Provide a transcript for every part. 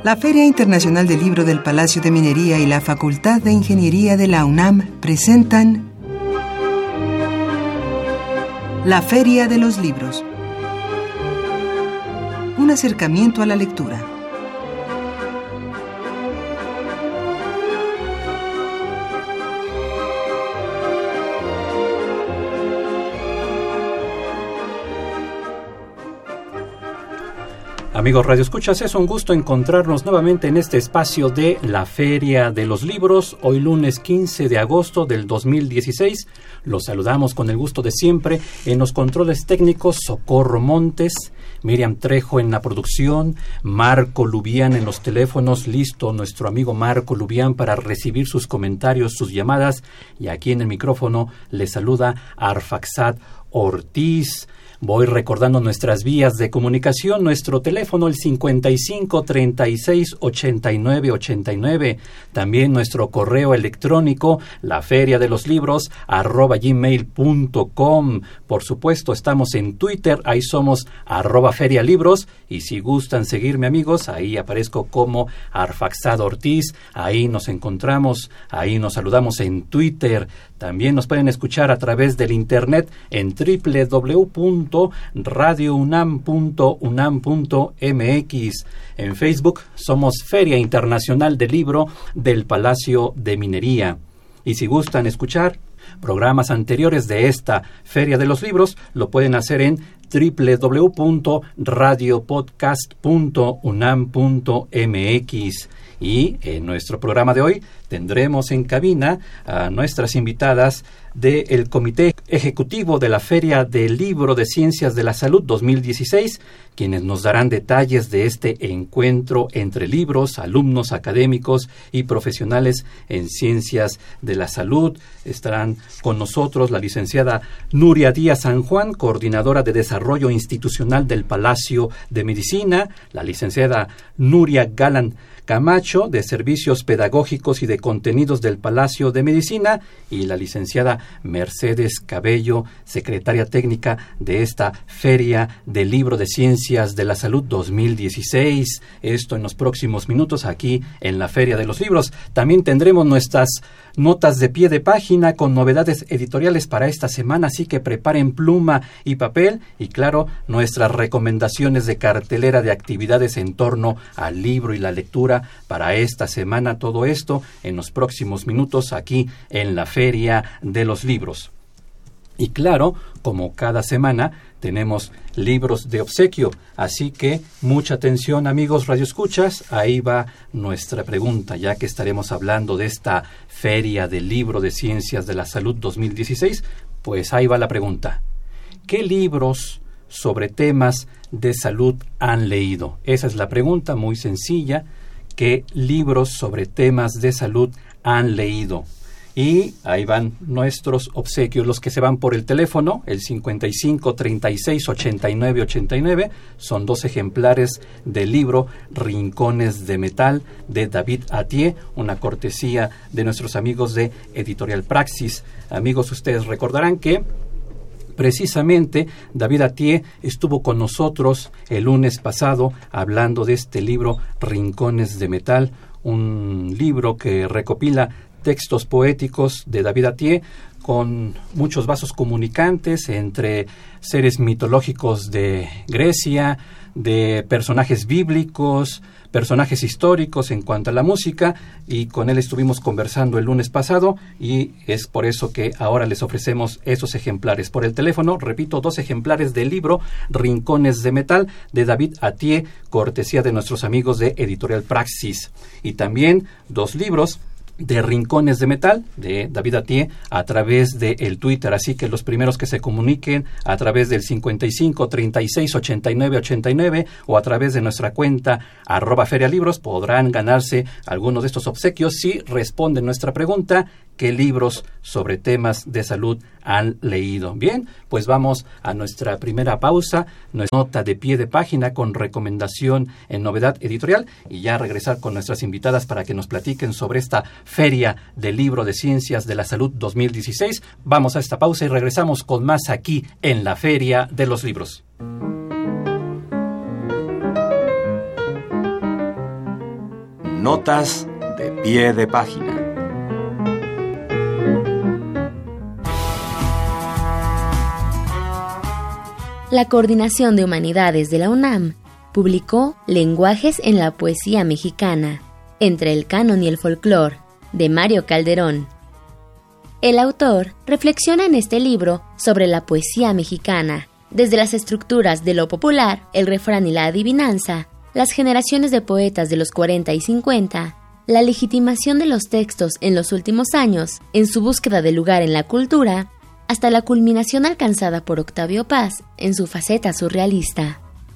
La Feria Internacional del Libro del Palacio de Minería y la Facultad de Ingeniería de la UNAM presentan La Feria de los Libros. Un acercamiento a la lectura. Amigos radioescuchas, es un gusto encontrarnos nuevamente en este espacio de la Feria de los Libros, hoy lunes 15 de agosto del 2016. Los saludamos con el gusto de siempre en los controles técnicos, Socorro Montes, Miriam Trejo en la producción, Marco Lubián en los teléfonos, listo nuestro amigo Marco Lubián para recibir sus comentarios, sus llamadas, y aquí en el micrófono le saluda Arfaxad Ortiz. Voy recordando nuestras vías de comunicación, nuestro teléfono el 55 36 89 89, también nuestro correo electrónico laferiadeloslibros @gmail.com. Por supuesto, estamos en Twitter, ahí somos @ferialibros, y si gustan seguirme, amigos, ahí aparezco como Arfaxad Ortiz, ahí nos encontramos, ahí nos saludamos en Twitter. También nos pueden escuchar a través del internet en www.radiounam.unam.mx. En Facebook somos Feria Internacional del Libro del Palacio de Minería. Y si gustan escuchar programas anteriores de esta Feria de los Libros, lo pueden hacer en www.radiopodcast.unam.mx. Y en nuestro programa de hoy tendremos en cabina a nuestras invitadas del Comité Ejecutivo de la Feria del Libro de Ciencias de la Salud 2016, quienes nos darán detalles de este encuentro entre libros, alumnos académicos y profesionales en ciencias de la salud. Estarán con nosotros la licenciada Nuria Díaz San Juan, coordinadora de Desarrollo Institucional del Palacio de Medicina, la licenciada Nuria Galán Camacho, de Servicios Pedagógicos y de Contenidos del Palacio de Medicina, y la licenciada Mercedes Cabello, secretaria técnica de esta Feria del Libro de Ciencias de la Salud 2016. Esto en los próximos minutos aquí en la Feria de los Libros. También tendremos nuestras notas de pie de página con novedades editoriales para esta semana, así que preparen pluma y papel, y claro, nuestras recomendaciones de cartelera de actividades en torno al libro y la lectura para esta semana. Todo esto en los próximos minutos aquí en la Feria de los Libros. Y claro, como cada semana, tenemos libros de obsequio, así que mucha atención, amigos radioescuchas. Ahí va nuestra pregunta, ya que estaremos hablando de esta Feria del Libro de Ciencias de la Salud 2016, pues ahí va la pregunta. ¿Qué libros sobre temas de salud han leído? Esa es la pregunta, muy sencilla. ¿Qué libros sobre temas de salud han leído? Y ahí van nuestros obsequios, los que se van por el teléfono, el 55 36 89 89, son 2 ejemplares del libro Rincones de Metal de David Atié, una cortesía de nuestros amigos de Editorial Praxis. Amigos, ustedes recordarán que precisamente David Atié estuvo con nosotros el lunes pasado hablando de este libro Rincones de Metal, un libro que recopila textos poéticos de David Atié con muchos vasos comunicantes entre seres mitológicos de Grecia, de personajes bíblicos, personajes históricos en cuanto a la música, y con él estuvimos conversando el lunes pasado, y es por eso que ahora les ofrecemos esos ejemplares por el teléfono. Repito, 2 ejemplares del libro Rincones de Metal de David Atié, cortesía de nuestros amigos de Editorial Praxis, y también 2 libros de Rincones de Metal de David Atié a través de el Twitter, así que los primeros que se comuniquen a través del 55 36 89 89 o a través de nuestra cuenta @ferialibros podrán ganarse algunos de estos obsequios si responden nuestra pregunta: ¿qué libros sobre temas de salud han leído? Bien, pues vamos a nuestra primera pausa, nuestra nota de pie de página con recomendación en novedad editorial, y ya regresar con nuestras invitadas para que nos platiquen sobre esta Feria del Libro de Ciencias de la Salud 2016. Vamos a esta pausa y regresamos con más aquí en la Feria de los Libros. Notas de pie de página. La Coordinación de Humanidades de la UNAM publicó Lenguajes en la Poesía Mexicana, entre el canon y el folclore, de Mario Calderón. El autor reflexiona en este libro sobre la poesía mexicana, desde las estructuras de lo popular, el refrán y la adivinanza, las generaciones de poetas de los 40 y 50, la legitimación de los textos en los últimos años, en su búsqueda de lugar en la cultura, hasta la culminación alcanzada por Octavio Paz en su faceta surrealista.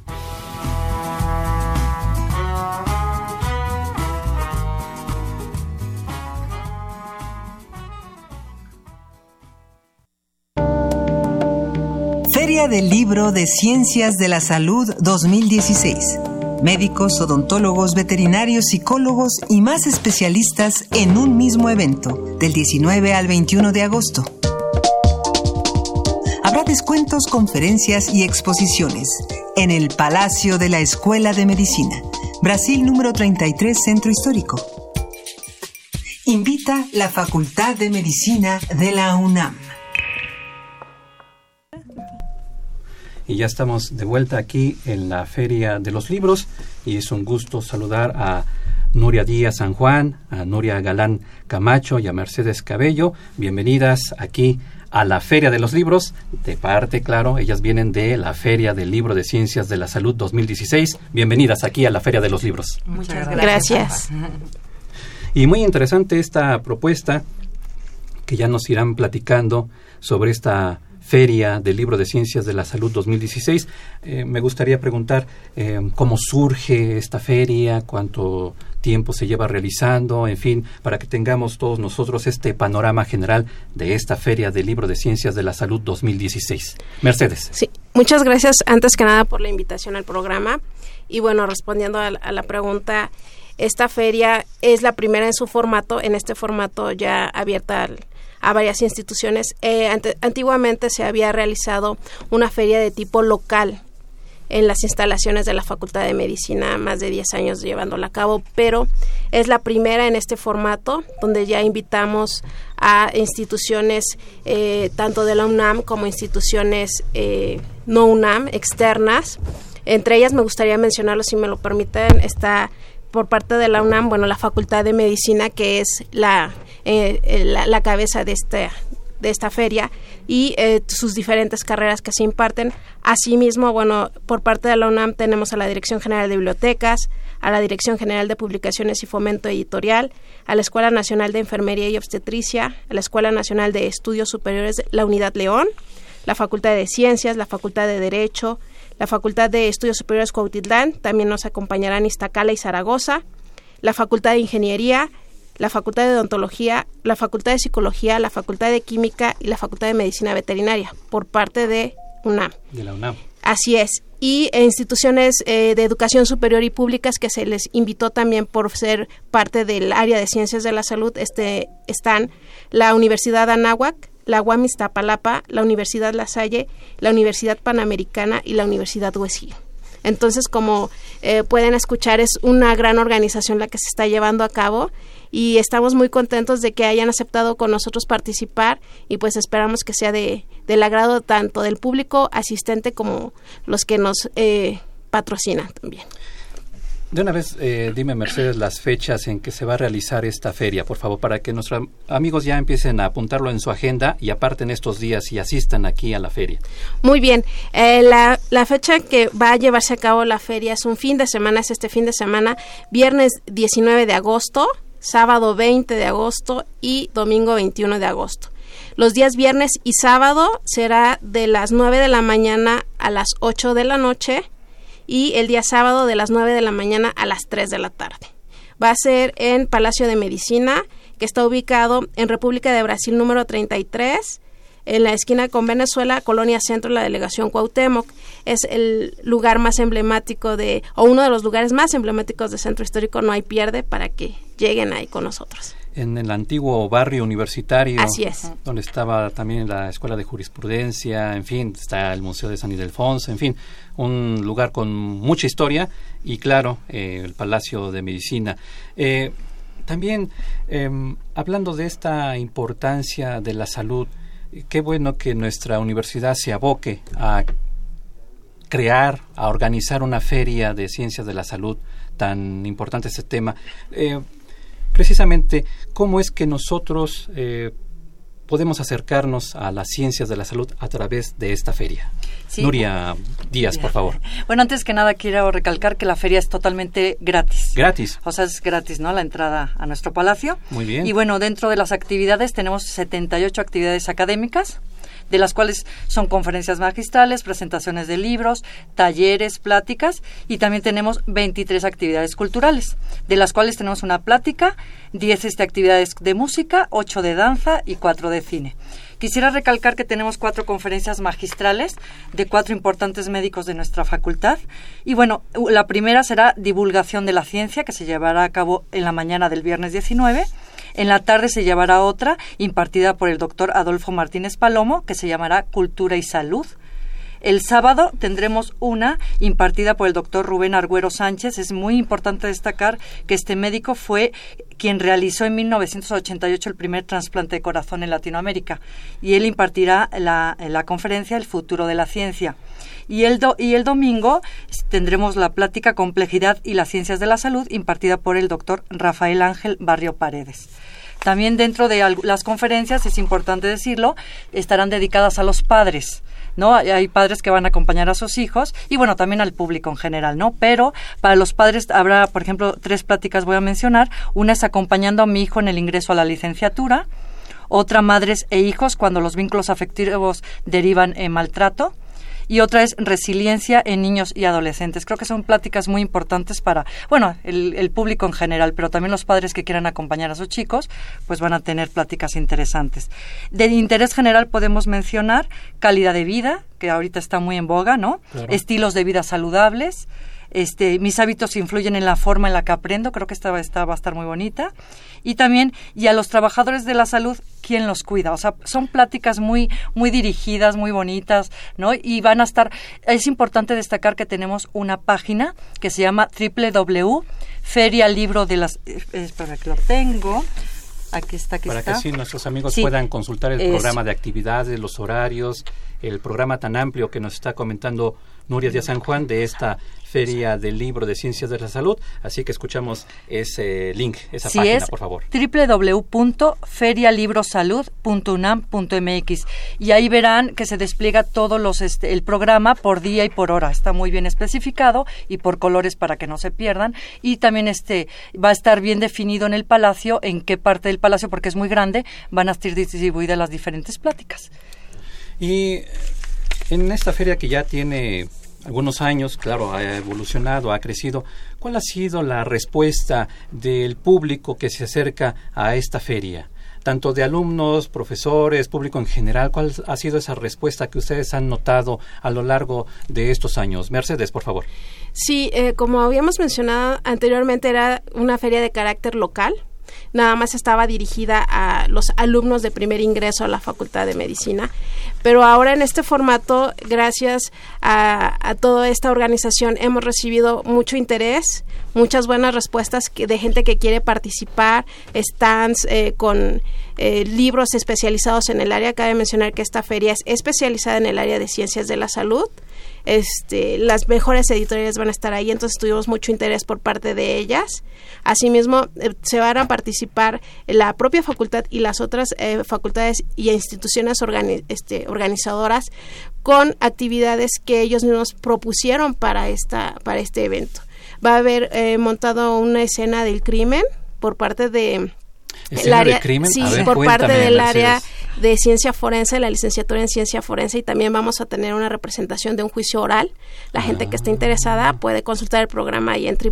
Feria del Libro de Ciencias de la Salud 2016. Médicos, odontólogos, veterinarios, psicólogos y más especialistas en un mismo evento, del 19 al 21 de agosto. Habrá descuentos, conferencias y exposiciones en el Palacio de la Escuela de Medicina, Brasil número 33, Centro Histórico. Invita la Facultad de Medicina de la UNAM. Y ya estamos de vuelta aquí en la Feria de los Libros y es un gusto saludar a Nuria Díaz San Juan, a Nuria Galán Camacho y a Mercedes Cabello. Bienvenidas aquí a la Feria de los Libros. De parte, claro, ellas vienen de la Feria del Libro de Ciencias de la Salud 2016. Bienvenidas aquí a la Feria de los Libros. Muchas gracias. Y muy interesante esta propuesta que ya nos irán platicando sobre esta Feria del Libro de Ciencias de la Salud 2016. Me gustaría preguntar cómo surge esta feria, cuánto tiempo se lleva realizando, en fin, para que tengamos todos nosotros este panorama general de esta Feria del Libro de Ciencias de la Salud 2016. Mercedes. Sí, muchas gracias antes que nada por la invitación al programa. Y bueno, respondiendo a la pregunta, esta feria es la primera en su formato, en este formato ya abierta a varias instituciones. Antiguamente se había realizado una feria de tipo local en las instalaciones de la Facultad de Medicina, más de 10 años llevándola a cabo, pero es la primera en este formato, donde ya invitamos a instituciones tanto de la UNAM como instituciones no UNAM, externas. Entre ellas me gustaría mencionarlo, si me lo permiten, está por parte de la UNAM, bueno, la Facultad de Medicina, que es la cabeza de esta feria, y sus diferentes carreras que se imparten. Asimismo, bueno, por parte de la UNAM tenemos a la Dirección General de Bibliotecas, a la Dirección General de Publicaciones y Fomento Editorial, a la Escuela Nacional de Enfermería y Obstetricia, a la Escuela Nacional de Estudios Superiores, la Unidad León, la Facultad de Ciencias, la Facultad de Derecho, la Facultad de Estudios Superiores Cuautitlán, también nos acompañarán Iztacala y Zaragoza, la Facultad de Ingeniería, la Facultad de Odontología, la Facultad de Psicología, la Facultad de Química y la Facultad de Medicina Veterinaria, por parte de UNAM. De la UNAM. Así es. Y instituciones de educación superior y públicas que se les invitó también por ser parte del área de ciencias de la salud, están la Universidad Anáhuac, la UAM Iztapalapa, la Universidad La Salle, la Universidad Panamericana y la Universidad UESI. Entonces, como pueden escuchar, es una gran organización la que se está llevando a cabo y estamos muy contentos de que hayan aceptado con nosotros participar y pues esperamos que sea del agrado tanto del público asistente como los que nos patrocinan también. De una vez, dime, Mercedes, las fechas en que se va a realizar esta feria, por favor, para que nuestros amigos ya empiecen a apuntarlo en su agenda y aparten estos días y asistan aquí a la feria. Muy bien. La fecha que va a llevarse a cabo la feria es un fin de semana, es este fin de semana, viernes 19 de agosto, sábado 20 de agosto y domingo 21 de agosto. Los días viernes y sábado será de las 9 de la mañana a las 8 de la noche, y el día sábado de las 9 de la mañana a las 3 de la tarde. Va a ser en Palacio de Medicina, que está ubicado en República de Brasil número 33, en la esquina con Venezuela, Colonia Centro, la delegación Cuauhtémoc. Es el lugar más emblemático o uno de los lugares más emblemáticos de Centro Histórico, no hay pierde, para que lleguen ahí con nosotros. en el antiguo barrio universitario. Así es. Donde estaba también la Escuela de Jurisprudencia, en fin, está el Museo de San Ildefonso, en fin, un lugar con mucha historia y claro, el Palacio de Medicina. También, hablando de esta importancia de la salud, qué bueno que nuestra universidad se aboque a crear, a organizar una feria de ciencias de la salud, tan importante este tema. Precisamente, ¿cómo es que nosotros podemos acercarnos a las ciencias de la salud a través de esta feria? Sí. Nuria Díaz, por favor. Bueno, antes que nada quiero recalcar que la feria es totalmente gratis. ¿Gratis? O sea, es gratis, ¿no? La entrada a nuestro palacio. Muy bien. Y bueno, dentro de las actividades tenemos 78 actividades académicas, de las cuales son conferencias magistrales, presentaciones de libros, talleres, pláticas, y también tenemos 23 actividades culturales, de las cuales tenemos una plática, 10 actividades de música, 8 de danza y 4 de cine. Quisiera recalcar que tenemos 4 conferencias magistrales de 4 importantes médicos de nuestra facultad. Y bueno, la primera será divulgación de la ciencia, que se llevará a cabo en la mañana del viernes 19. En la tarde se llevará otra, impartida por el doctor Adolfo Martínez Palomo, que se llamará Cultura y Salud. El sábado tendremos una impartida por el doctor Rubén Argüero Sánchez. Es muy importante destacar que este médico fue quien realizó en 1988 el primer trasplante de corazón en Latinoamérica, y él impartirá la conferencia El futuro de la ciencia. Y el domingo tendremos la plática Complejidad y las ciencias de la salud, impartida por el doctor Rafael Ángel Barrio Paredes. También dentro de las conferencias, es importante decirlo, estarán dedicadas a los padres, ¿no? Hay padres que van a acompañar a sus hijos y bueno, también al público en general, ¿no? Pero para los padres habrá, por ejemplo, 3 pláticas voy a mencionar. Una es acompañando a mi hijo en el ingreso a la licenciatura, otra madres e hijos cuando los vínculos afectivos derivan en maltrato, y otra es resiliencia en niños y adolescentes. Creo que son pláticas muy importantes para, bueno, el público en general, pero también los padres que quieran acompañar a sus chicos, pues van a tener pláticas interesantes. De interés general podemos mencionar calidad de vida, que ahorita está muy en boga, ¿no? Claro. Estilos de vida saludables. Mis hábitos influyen en la forma en la que aprendo. Creo que esta va a estar muy bonita. Y también, y a los trabajadores de la salud, ¿quién los cuida? O sea, son pláticas muy, muy dirigidas, muy bonitas, ¿no? Y van a estar, es importante destacar que tenemos una página que se llama www.ferialibro de las, espera que lo tengo. Aquí está. Para que así nuestros amigos puedan consultar el programa de actividades, los horarios, el programa tan amplio que nos está comentando Nuria Díaz San Juan de esta Feria del Libro de Ciencias de la Salud. Así que escuchamos ese link, esa página, por favor. www.ferialibrosalud.unam.mx, y ahí verán que se despliega todo el programa por día y por hora. Está muy bien especificado y por colores para que no se pierdan. Y también va a estar bien definido en el Palacio, en qué parte del Palacio, porque es muy grande, van a estar distribuidas las diferentes pláticas. Y en esta feria que ya tiene algunos años, claro, ha evolucionado, ha crecido, ¿cuál ha sido la respuesta del público que se acerca a esta feria? Tanto de alumnos, profesores, público en general, ¿cuál ha sido esa respuesta que ustedes han notado a lo largo de estos años? Mercedes, por favor. Sí, como habíamos mencionado anteriormente, era una feria de carácter local. Nada más estaba dirigida a los alumnos de primer ingreso a la Facultad de Medicina, pero ahora en este formato, gracias a toda esta organización, hemos recibido mucho interés, muchas buenas respuestas de gente que quiere participar, stands con libros especializados en el área. Cabe mencionar que esta feria es especializada en el área de ciencias de la salud. Las mejores editoriales van a estar ahí, entonces tuvimos mucho interés por parte de ellas. Asimismo, se van a participar la propia facultad y las otras facultades y instituciones organizadoras con actividades que ellos mismos propusieron para este evento. Va a haber montado una escena del crimen por parte de el área, crimen. Sí, ver, por parte del Mercedes. área de ciencia forense, la licenciatura en ciencia forense, y también vamos a tener una representación de un juicio oral. La gente que esté interesada puede consultar el programa ahí en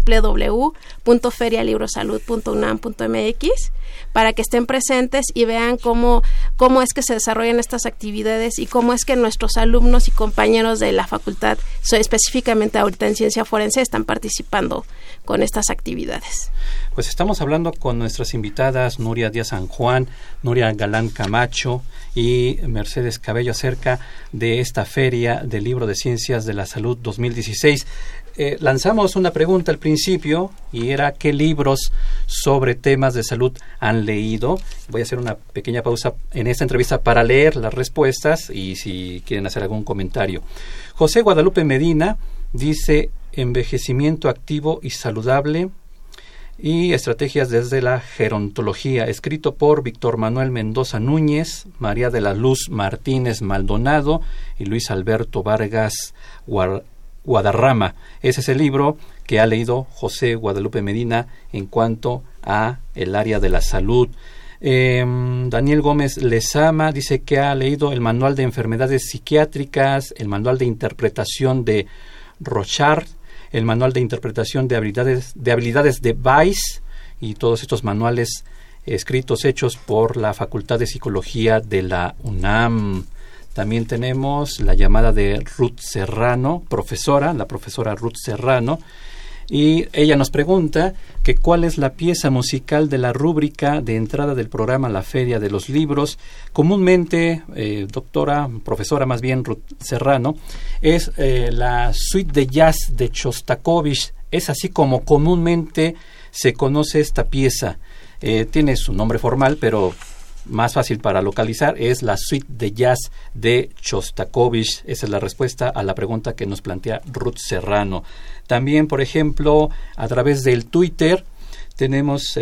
www.ferialibrosalud.unam.mx para que estén presentes y vean cómo es que se desarrollan estas actividades y cómo es que nuestros alumnos y compañeros de la facultad, específicamente ahorita en ciencia forense, están participando con estas actividades. Pues estamos hablando con nuestras invitadas Nuria Díaz San Juan, Nuria Galán Camacho y Mercedes Cabello acerca de esta Feria del Libro de Ciencias de la Salud 2016. Lanzamos una pregunta al principio y era ¿qué libros sobre temas de salud han leído? Voy a hacer una pequeña pausa en esta entrevista para leer las respuestas y si quieren hacer algún comentario. José Guadalupe Medina dice envejecimiento activo y saludable y estrategias desde la gerontología, escrito por Víctor Manuel Mendoza Núñez, María de la Luz Martínez Maldonado y Luis Alberto Vargas Guadarrama. Ese es el libro que ha leído José Guadalupe Medina en cuanto a el área de la salud. Daniel Gómez Lezama dice que ha leído el Manual de Enfermedades Psiquiátricas, el Manual de Interpretación de Rochard, el Manual de Interpretación de Habilidades de Weiss y todos estos manuales escritos hechos por la Facultad de Psicología de la UNAM. También tenemos la llamada de Ruth Serrano, la profesora Ruth Serrano, y ella nos pregunta que cuál es la pieza musical de la rúbrica de entrada del programa La Feria de los Libros. Comúnmente, profesora más bien Ruth Serrano, es la suite de jazz de Shostakovich. Es así como comúnmente se conoce esta pieza. Tiene su nombre formal, pero más fácil para localizar es la suite de jazz de Shostakovich. Esa es la respuesta a la pregunta que nos plantea Ruth Serrano. También, por ejemplo, a través del Twitter tenemos,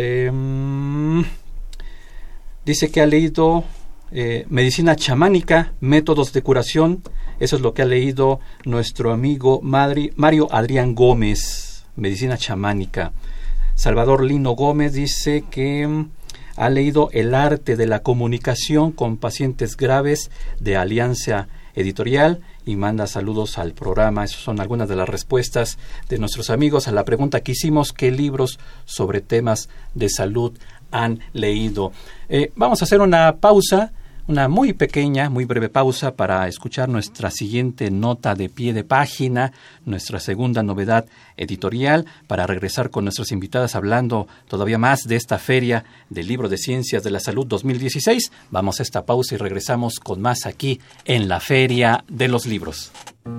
dice que ha leído Medicina chamánica, métodos de curación. Eso es lo que ha leído nuestro amigo Mario Adrián Gómez, Medicina chamánica. Salvador Lino Gómez dice que ha leído El arte de la comunicación con pacientes graves de Alianza Editorial y manda saludos al programa. Esas son algunas de las respuestas de nuestros amigos a la pregunta que hicimos: ¿qué libros sobre temas de salud han leído? Vamos a hacer una pausa, una muy pequeña, muy breve pausa para escuchar nuestra siguiente nota de pie de página, nuestra segunda novedad editorial, para regresar con nuestras invitadas hablando todavía más de esta Feria del Libro de Ciencias de la Salud 2016. Vamos a esta pausa y regresamos con más aquí en la Feria de los Libros.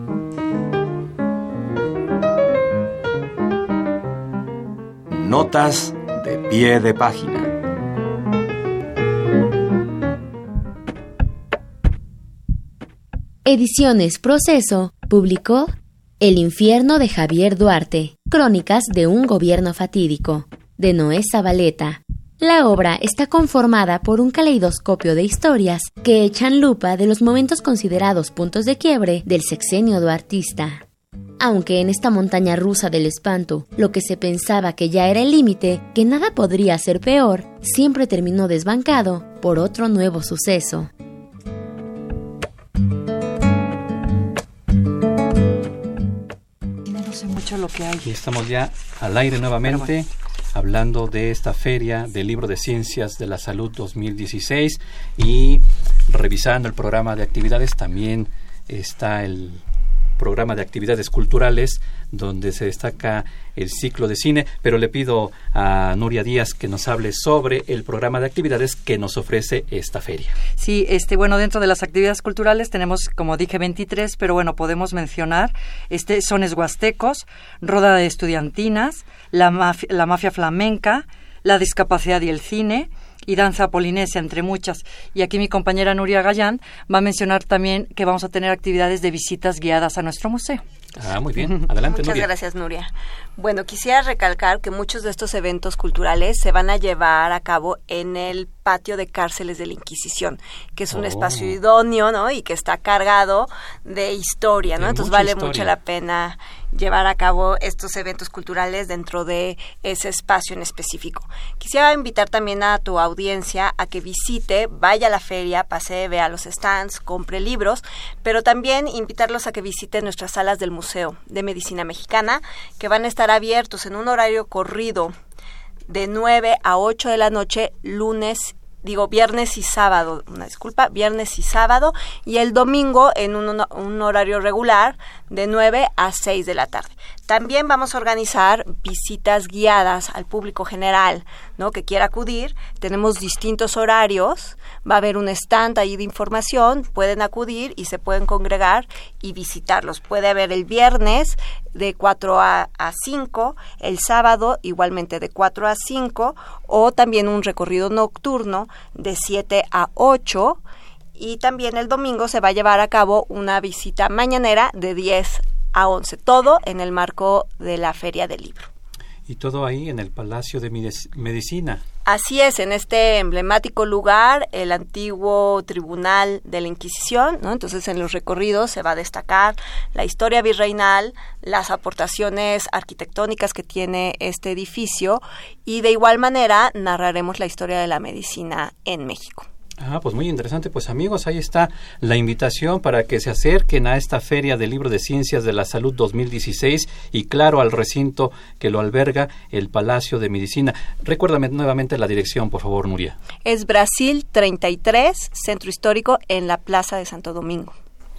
Notas de pie de página. Ediciones Proceso publicó El infierno de Javier Duarte, Crónicas de un gobierno fatídico, de Noé Zabaleta. La obra está conformada por un caleidoscopio de historias que echan lupa de los momentos considerados puntos de quiebre del sexenio duartista. Aunque en esta montaña rusa del espanto, lo que se pensaba que ya era el límite, que nada podría ser peor, siempre terminó desbancado por otro nuevo suceso. Lo que hay. Y estamos ya al aire nuevamente, hablando de esta Feria del Libro de Ciencias de la Salud 2016 y revisando el programa de actividades. También está el programa de actividades culturales donde se destaca el ciclo de cine, pero le pido a Nuria Díaz que nos hable sobre el programa de actividades que nos ofrece esta feria. Sí, bueno, dentro de las actividades culturales tenemos, como dije, 23, pero bueno, podemos mencionar sones huastecos, roda de estudiantinas, la mafia flamenca, la discapacidad y el cine, y danza polinesia, entre muchas. Y aquí mi compañera Nuria Gallán va a mencionar también que vamos a tener actividades de visitas guiadas a nuestro museo. Muy bien. Adelante, Muchas Nuria. Gracias, Nuria. Bueno, quisiera recalcar que muchos de estos eventos culturales se van a llevar a cabo en el patio de cárceles de la Inquisición, que es un espacio idóneo, ¿no? Y que está cargado de historia, ¿no? Entonces vale mucho la pena llevar a cabo estos eventos culturales dentro de ese espacio en específico. Quisiera invitar también a tu audiencia a que visite, vaya a la feria, pasee, vea los stands, compre libros, pero también invitarlos a que visiten nuestras salas del Museo de Medicina Mexicana, que van a estar abiertos en un horario corrido de 9 a 8 de la noche, lunes viernes y sábado, viernes y sábado, y el domingo en un horario regular de 9 a 6 de la tarde. También vamos a organizar visitas guiadas al público general, ¿no?, que quiera acudir. Tenemos distintos horarios, va a haber un stand ahí de información, pueden acudir y se pueden congregar y visitarlos. Puede haber el viernes de 4 a 5, el sábado igualmente de 4 a 5, o también un recorrido nocturno de 7 a 8, y también el domingo se va a llevar a cabo una visita mañanera de 10 a 11, todo en el marco de la Feria del Libro. Y todo ahí en el Palacio de Medicina. Así es, en este emblemático lugar, el antiguo Tribunal de la Inquisición, ¿no? Entonces, en los recorridos se va a destacar la historia virreinal, las aportaciones arquitectónicas que tiene este edificio, y de igual manera narraremos la historia de la medicina en México. Pues muy interesante. Pues amigos, ahí está la invitación para que se acerquen a esta Feria del Libro de Ciencias de la Salud 2016 y claro, al recinto que lo alberga, el Palacio de Medicina. Recuérdame nuevamente la dirección, por favor, Nuria. Es Brasil 33, Centro Histórico, en la Plaza de Santo Domingo.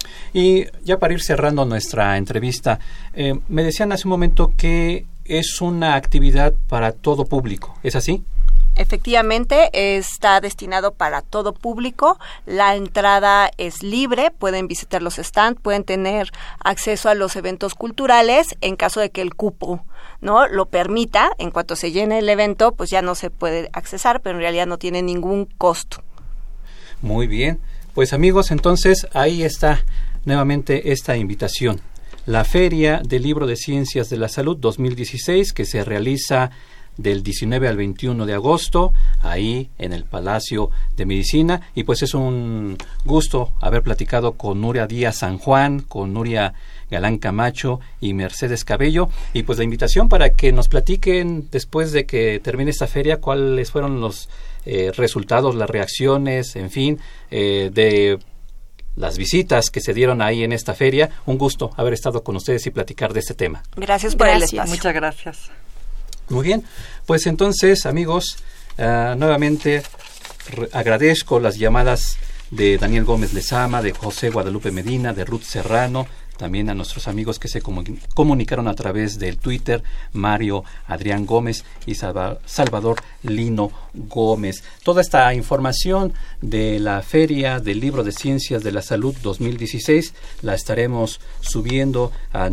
Y ya para ir cerrando nuestra entrevista, me decían hace un momento que es una actividad para todo público, ¿es así? Efectivamente, está destinado para todo público. La entrada es libre, pueden visitar los stands, pueden tener acceso a los eventos culturales en caso de que el cupo no lo permita. En cuanto se llene el evento, pues ya no se puede accesar, pero en realidad no tiene ningún costo. Muy bien, pues amigos, entonces ahí está nuevamente esta invitación. La Feria del Libro de Ciencias de la Salud 2016, que se realiza del 19 al 21 de agosto, ahí en el Palacio de Medicina, y pues es un gusto haber platicado con Nuria Díaz San Juan, con Nuria Galán Camacho y Mercedes Cabello, y pues la invitación para que nos platiquen después de que termine esta feria cuáles fueron los resultados, las reacciones, en fin, de las visitas que se dieron ahí en esta feria. Un gusto haber estado con ustedes y platicar de este tema. Gracias por el espacio. Muchas gracias. Muy bien, pues entonces, amigos, nuevamente agradezco las llamadas de Daniel Gómez Lezama, de José Guadalupe Medina, de Ruth Serrano, también a nuestros amigos que se comunicaron a través del Twitter, Mario Adrián Gómez y Salvador Lino Gómez. Toda esta información de la Feria del Libro de Ciencias de la Salud 2016 la estaremos subiendo a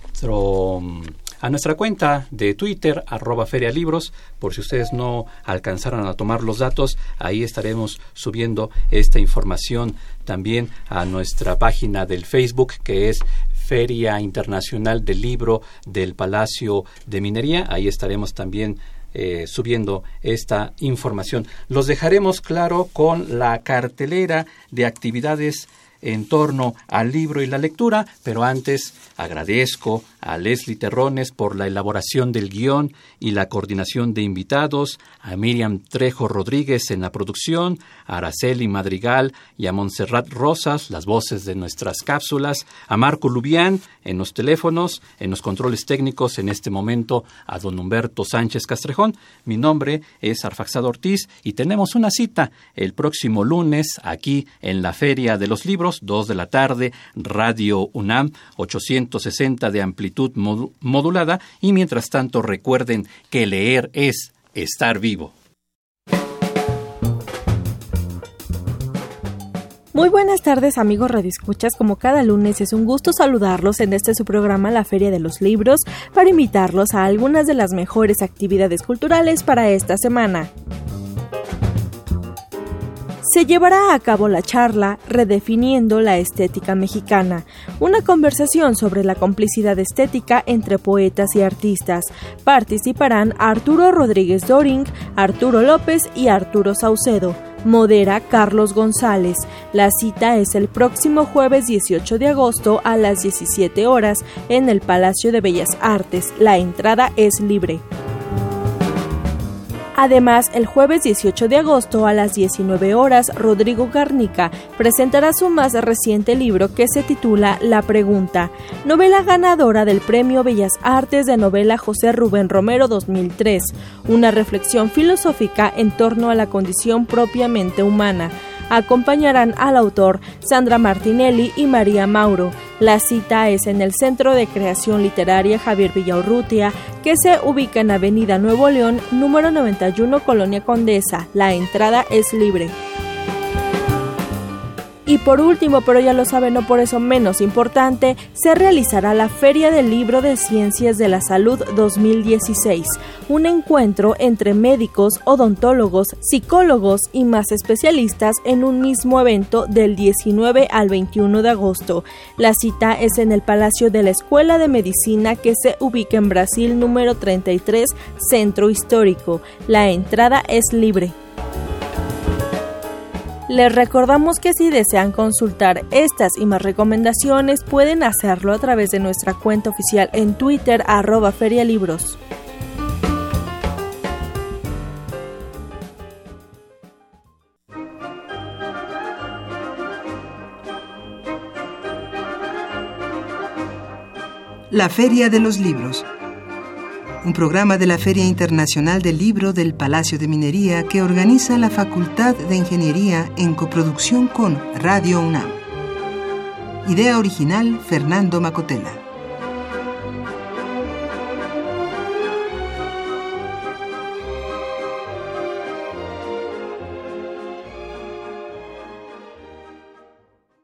nuestra cuenta de Twitter, @ferialibros, por si ustedes no alcanzaron a tomar los datos, ahí estaremos subiendo esta información también a nuestra página del Facebook, que es Feria Internacional del Libro del Palacio de Minería. Ahí estaremos también subiendo esta información. Los dejaremos, claro, con la cartelera de actividades en torno al libro y la lectura, pero antes agradezco a Leslie Terrones por la elaboración del guión y la coordinación de invitados, a Miriam Trejo Rodríguez en la producción, a Araceli Madrigal y a Montserrat Rosas, las voces de nuestras cápsulas, a Marco Lubián en los teléfonos, en los controles técnicos, en este momento a don Humberto Sánchez Castrejón. Mi nombre es Arfaxado Ortiz y tenemos una cita el próximo lunes aquí en la Feria de los Libros, 2 de la tarde, Radio UNAM, 860 de amplitud modulada, y mientras tanto recuerden que leer es estar vivo. Muy buenas tardes, amigos radioescuchas. Como cada lunes es un gusto saludarlos en este su programa La Feria de los Libros, para invitarlos a algunas de las mejores actividades culturales para esta semana. Se llevará a cabo la charla Redefiniendo la Estética Mexicana, una conversación sobre la complicidad estética entre poetas y artistas. Participarán Arturo Rodríguez Doring, Arturo López y Arturo Saucedo. Modera Carlos González. La cita es el próximo jueves 18 de agosto a las 17 horas en el Palacio de Bellas Artes. La entrada es libre. Además, el jueves 18 de agosto a las 19 horas, Rodrigo Garnica presentará su más reciente libro que se titula La Pregunta, novela ganadora del Premio Bellas Artes de Novela José Rubén Romero 2003, una reflexión filosófica en torno a la condición propiamente humana. Acompañarán al autor Sandra Martinelli y María Mauro. La cita es en el Centro de Creación Literaria Javier Villaurrutia, que se ubica en Avenida Nuevo León, número 91, Colonia Condesa. La entrada es libre. Y por último, pero ya lo saben, no por eso menos importante, se realizará la Feria del Libro de Ciencias de la Salud 2016, un encuentro entre médicos, odontólogos, psicólogos y más especialistas en un mismo evento del 19 al 21 de agosto. La cita es en el Palacio de la Escuela de Medicina, que se ubica en Brasil número 33, Centro Histórico. La entrada es libre. Les recordamos que si desean consultar estas y más recomendaciones, pueden hacerlo a través de nuestra cuenta oficial en Twitter, @ferialibros. La Feria de los Libros. Un programa de la Feria Internacional del Libro del Palacio de Minería que organiza la Facultad de Ingeniería en coproducción con Radio UNAM. Idea original, Fernando Macotela.